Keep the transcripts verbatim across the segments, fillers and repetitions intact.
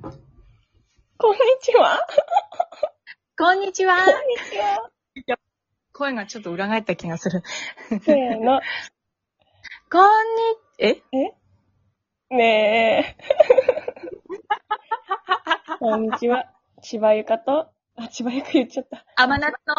こんにちは。 こんにちは。 こんにちは。 声がちょっと裏返った気がする。 せーの。 こんに、ええねえ。こんにちは。千葉ゆかと、あ、千葉ゆか言っちゃった。 甘夏の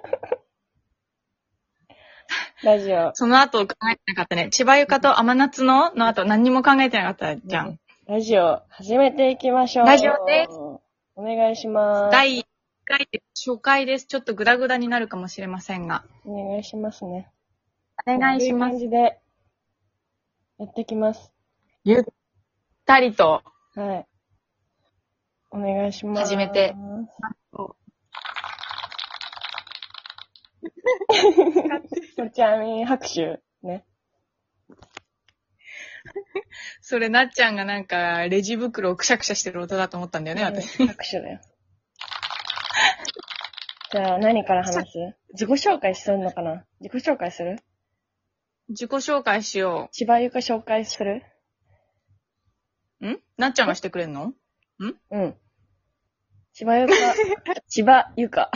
ラジオ。 その後考えてなかったね。千葉ゆかと甘夏のの後何にも考えてなかったじゃん。 ラジオ、始めていきましょう。 ラジオです。 お願いします。 だいいっかいで初回です。ちょっとグダグダになるかもしれませんが。 お願いしますね。 お願いしまこういう感す。 じで、やってきます。 ゆったりとはい。お願いします。 始めて。 ちなみに拍手。ね。 それなっちゃんがなんかレジ袋をくしゃくしゃしてる音だと思ったんだよね、私。 拍手だよ。じゃあ何から話す？自己紹介するのかな？自己紹介する？ 自己紹介しよ千葉ゆか紹介する？ う。んなっちゃんがしてくれんの？ うん。千葉ゆか、千葉ゆか。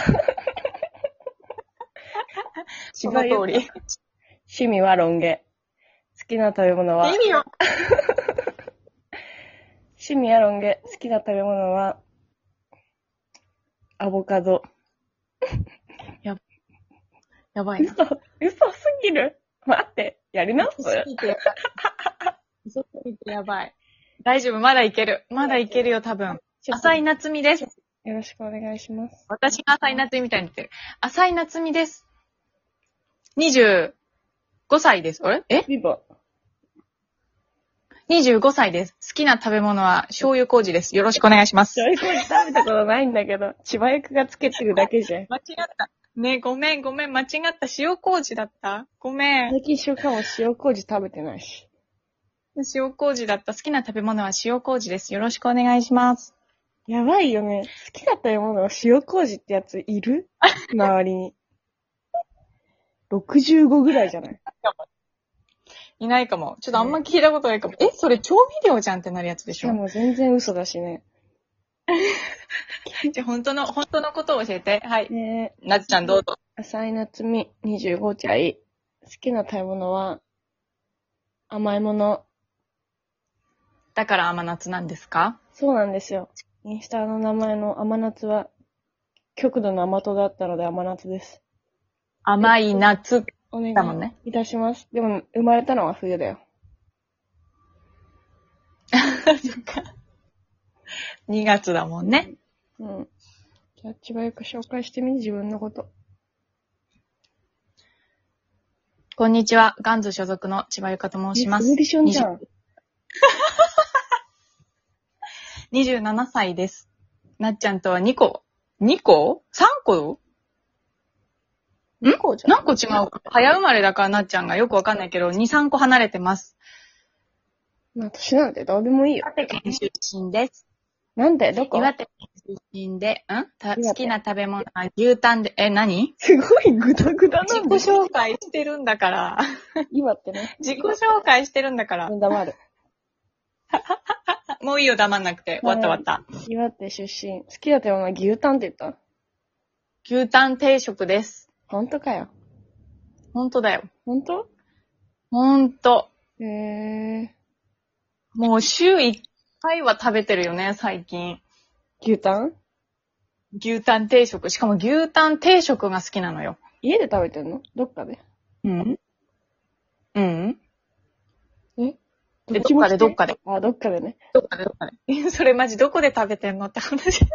その通り。 趣味はロン毛。好きな食べ物は、 意味を。 趣味はロン毛。好きな食べ物は、アボカド。 やばいな。 嘘、嘘すぎる。待って、やり直す？ 嘘すぎてやばい。嘘すぎてやばい。大丈夫、まだいける。まだいけるよ、多分。浅井夏美です。 よろしくお願いします。 私が浅井夏美みたいに言ってる。浅井夏美です。にじゅうごさいです。あれえビボ。 にじゅうごさいです。好きな食べ物は醤油麹です。よろしくお願いします。 醤油麹食べたことないんだけど、千葉ゆかがつけてるだけじゃん。 間違った。ねえ、ごめん、ごめん、間違った。塩麹だった。ごめん。 最近一週間も塩麹食べてないし。 塩麹だった。好きな食べ物は塩麹です。よろしくお願いします。 やばいよね。好きな食べ物は塩麹ってやついる？周りに。ろくじゅうごぐらいじゃない？ いないかも。ちょっとあんま聞いたことないかも。え、それ調味料じゃんってなるやつでしいやょ？ もう全然嘘だしね。 じゃあ本当の、本当のことを教えて。はい。 ねえ。 なっちゃんどうぞ。 浅井夏美、にじゅうごさい。好きな食べ物は、甘いもの。 だから甘夏なんですか？ そうなんですよ。インスタの名前の甘夏は、極度の甘党だったので甘夏です。 甘い夏お願だもんね。 いいたします。でも、生まれたのは冬だよ。 そっか。にがつだもんね。 うん。じゃあ、千葉ゆか紹介してみ、自分のこと。 こんにちは。ガンズ所属の千葉ゆかと申します。 オーディションじゃん。 にじゅうななさいです。なっちゃんとはにこ。にこ ?さん 個んこうじゃん。 何個違うか。早生まれだからなっちゃんがよくわかんないけど、に、さんこ離れてます。 まあ、年なんてどうでもいいよ。 岩手県出身です。 なんでどこ？ 岩手県出身で、んた岩手好きな食べ物は牛タンで、え、何すごいグダグダな自己んで。 紹介してるんだから。 岩手ね。 自己紹介してるんだから。 黙る。 もういいよ、黙んなくて。終わった終わった。 岩手出身。好きな食べ物は牛タンって言った？ 牛タン定食です。 ほんとかよ。 ほんとだよ。 ほんと？ ほんと。 へえ。 もう週いっかいは食べてるよね、最近。 牛タン？ 牛タン定食。しかも牛タン定食が好きなのよ。 家で食べてんの？どっかで？ うんうんえで、どっかでどっかで。 あ、どっかでね。 どっかでどっかで。それマジどこで食べてんのって話。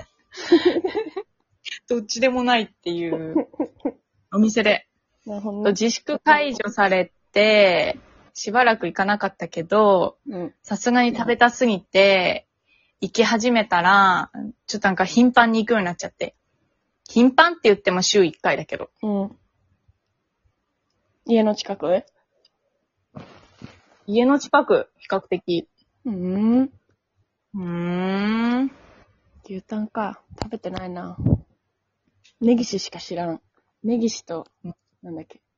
どっちでもないっていうお店で。 なるほどね。 自粛解除されて、しばらく行かなかったけど、 うん。 さすがに食べたすぎて、行き始めたら、ちょっとなんか頻繁に行くようになっちゃって。頻繁って言っても週いっかいだけど。 うん。家の近く？ 家の近く、比較的。 うーん。 うーん。 牛タンか。食べてないな。ネギシしか知らん。ネギシと、なんだっけ。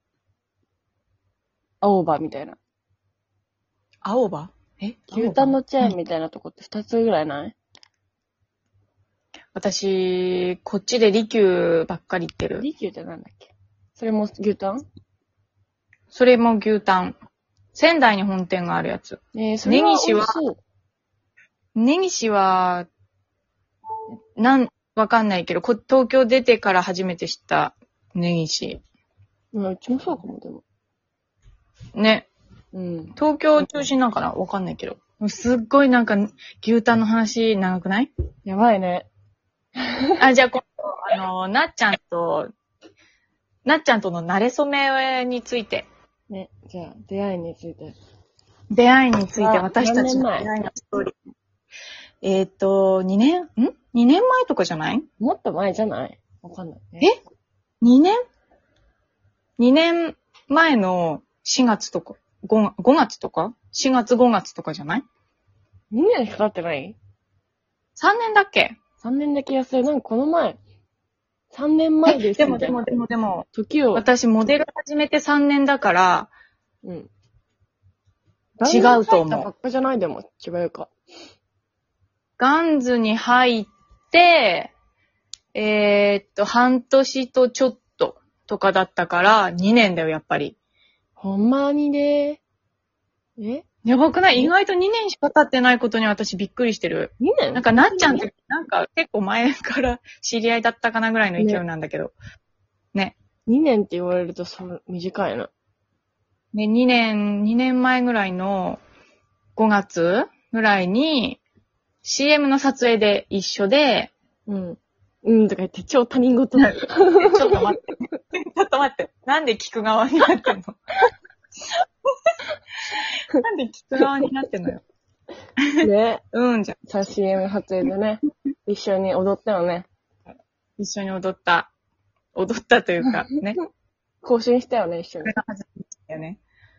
青葉みたいな。 青葉え牛タンのチェーンみたいなとこって二つぐらいない？ 私、こっちで利休ばっかり行ってる。 利休ってなんだっけ？それも牛タン？ それも牛タン。仙台に本店があるやつ。 えー、それは美味しそう。 根岸は、なん、わかんないけど、こ東京出てから初めて知った根岸。 うん、うちもそうかも、でも。 ね。 うん。 東京中心なんかなわかんないけど。すっごいなんか、牛タンの話長くない？ やばいね。 あ、じゃあ今度、あの、なっちゃんと、なっちゃんとの馴れ初めについて。 ね、じゃあ、出会いについて。 出会いについて、 あ私たちの出会いのストーリー。えっと、にねん、ん ?に 年前とかじゃない？ もっと前じゃない？わかんないね。 え ?に 年 ?に 年前のしがつとか、ご、ごがつとか ?し 月ごがつとかじゃない？ に 年しか経ってない？ さん 年だっけ？ さん 年だけ安い。なんかこの前、さんねんまえですでみたいな。 もでもでもでも、 時を。 私モデル始めてさんねんだから、 うん。 違うと思う。 ばっかじゃないでも、違うか。 ガンズに入って、えー、っと、半年とちょっととかだったから、にねんだよ、やっぱり。 ほんまにね。えやばくない？意外とにねんしか経ってないことに私びっくりしてる。 にねん？ なんかなっちゃんってなんか結構前から知り合いだったかなぐらいの勢いなんだけど。ね。 にねんって言われるとそ短いな。 ね、にねん、にねんまえぐらいのごがつぐらいに シーエム の撮影で一緒で、 うん。うんとか言って超他人事だよ。 ちょっと待って。ちょっと待って。なんで聞く側になってんの？なんで聞く側になってんのよ。 ね。 うんじゃん。 さ、シーエム 撮影でね、一緒に踊ったよね。 一緒に踊った。踊ったというか、ね。 更新したよね、一緒にこれ。が初めてだよね。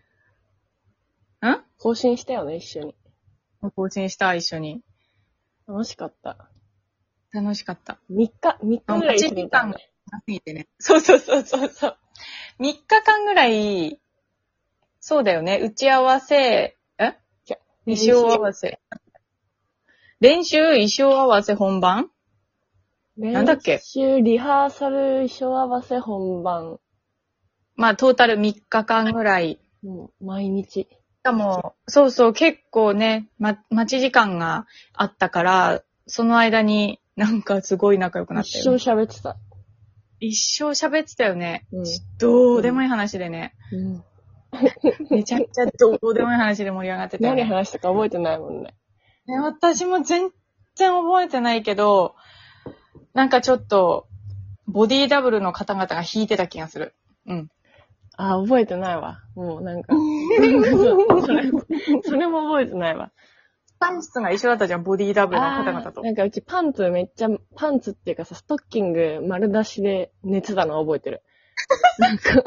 ん？ 更新したよね、一緒に。 更新した、一緒に。 楽しかった。 楽しかった。 みっか、みっかぐらい過ぎたね。 過ぎてね。そうそうそうそうそう。みっかかんぐらい、そうだよね。打ち合わせ、えじゃ、 衣装合わせ。練習、衣装合わせ本番なんだっけ？ 練習、リハーサル、衣装合わせ、本番。 まあ、トータルみっかかんぐらい。 もう、毎日。しかも、そうそう、結構ね、ま、待ち時間があったから、その間になんかすごい仲良くなった一生よ、ね。 喋ってた。 一生喋ってたよね。 うん。 どうでもいい話でね。 うん。 めちゃくちゃどうでもいい話で盛り上がってたよね。 何話したか覚えてないもんね。 ね、私も全然覚えてないけど、なんかちょっと、ボディダブルの方々が弾いてた気がする。うん。 あ、覚えてないわ。もうなんか、それ、それも覚えてないわ。 パンツが一緒だったじゃん、ボディダブルの方々と。 なんかうちパンツめっちゃ、パンツっていうかさ、ストッキング丸出しで寝てたの覚えてる。なんか、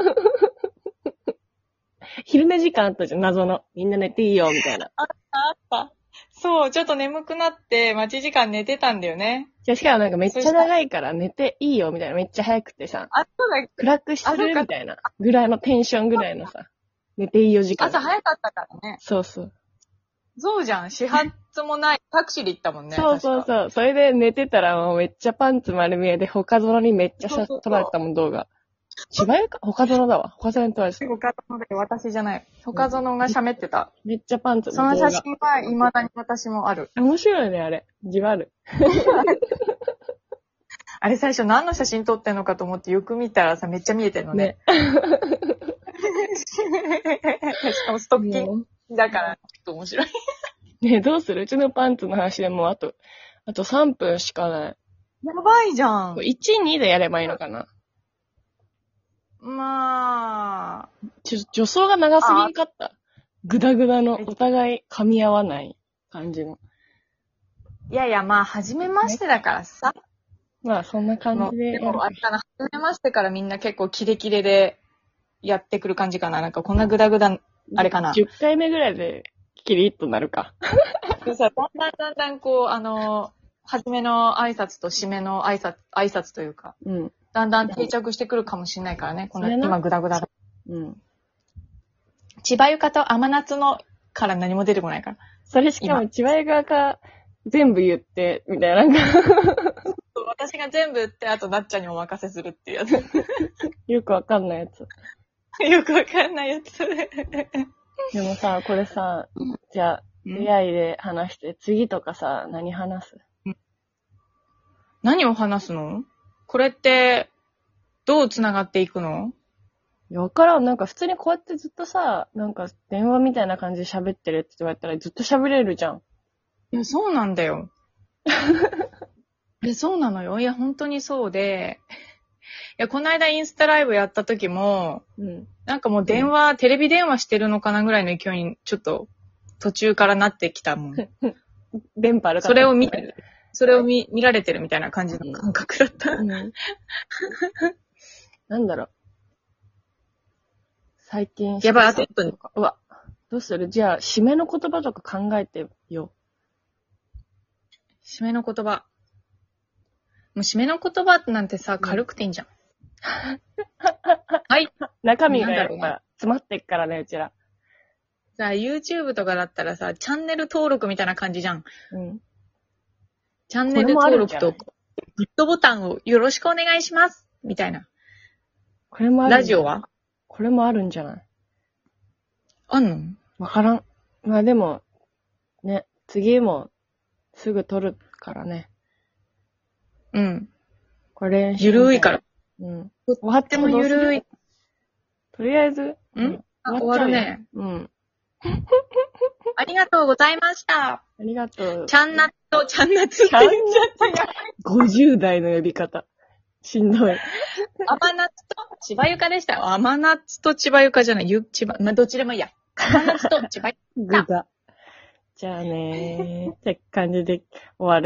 昼寝時間あったじゃん、謎の。みんな寝ていいよ、みたいな。 あった。そう、ちょっと眠くなって待ち時間寝てたんだよね。 じゃしかもなんかめっちゃ長いから寝ていいよ、みたいな。めっちゃ早くてさ。 あ、そうだっけ？ 暗くするみたいな。ぐらいのテンションぐらいのさ。寝ていいよ時間。 朝早かったからね。 そうそう。 そうじゃん。始発もない。タクシーで行ったもんね。 そうそうそう。それで寝てたらもうめっちゃパンツ丸見えで、他園にめっちゃ写撮られたもん、動画。千葉屋か他園だわ。他園に撮られてた。 他園だけど私じゃない。他園が喋ってた。 めっちゃパンツのその写真は未だに私もある。 面白いね、あれ。じわる。 あれ最初何の写真撮ってんのかと思ってよく見たらさ、めっちゃ見えてるのね。 ね。 しかもストッキングだから、ちょっと面白い。 ねえ、どうする？うちのパンツの話でもうあと、あとさんぷんしかない。 やばいじゃん。 いち、にでやればいいのかな？ まあ。 ちょ、助走が長すぎんかった。ぐだぐだの、お互い噛み合わない感じの。 いやいや、まあ、初めましてだからさ。 まあ、そんな感じでやる。 でも、あれかな、初めましてからみんな結構キレキレでやってくる感じかな。なんかこんなグダグダ、あれかな。 じゅっかいめぐらいでキリッとなるか。 でさ、だんだんだんだんこう、あの、初めの挨拶と締めの挨拶、挨拶というか、 うん。 だんだん定着してくるかもしれないからね。このそれな今グダグダ。 うん。 千葉ゆかと甘夏のから何も出てこないから。 それしかも、千葉屋側が全部言って、みたいな。なんかそ私が全部売って、あとなっちゃんにお任せするっていうやつ。 よくわかんないやつ。 よくわかんないやつ。 でもさ、これさ、じゃあ、エーアイで話して、次とかさ、何話す？ 何を話すの？これって、どう繋がっていくの？ いや、わからん。なんか普通にこうやってずっとさ、なんか電話みたいな感じで喋ってるって言われたらずっと喋れるじゃん。 いや、そうなんだよ。いや、そうなのよ。いや、本当にそうで、いや、この間インスタライブやった時も、 うん。 なんかもう電話、うん、テレビ電話してるのかなぐらいの勢いに、ちょっと、途中からなってきたもん。 電波あるかそれを見、それを見、見られてるみたいな感じの感覚だった。うん、 なんだろう。最近。 やばい、あといっぷん。 うわ。どうする？じゃあ、締めの言葉とか考えてよ。 締めの言葉。もう締めの言葉なんてさ、軽くていいんじゃん。はい。 中身がやっぱ詰まってっからね、うちら。 さあ、YouTube とかだったらさ、チャンネル登録みたいな感じじゃん。うん。チャンネル登録と、グッドボタンをよろしくお願いします。みたいな。 これもある。 ラジオは？ これもあるんじゃない？ あんの？ わからん。まあでも、ね、次もすぐ撮るからね。 うん。 これ練習。 ゆるいから。 うん。 終わってもゆるい。 とりあえず、 ん、うん、終わるね。うん。ありがとうございました。 ありがとう。 ちゃんなっと、ちゃんなつって言っちゃったよ。 ごじゅう代の呼び方。しんどい。 甘夏と千葉ゆかでしたよ。甘夏と千葉ゆかじゃない。ゆ、千葉、まあ、どっちでもいいや。甘夏と千葉ゆか。 ぐだ。じゃあねー。って感じで終わる。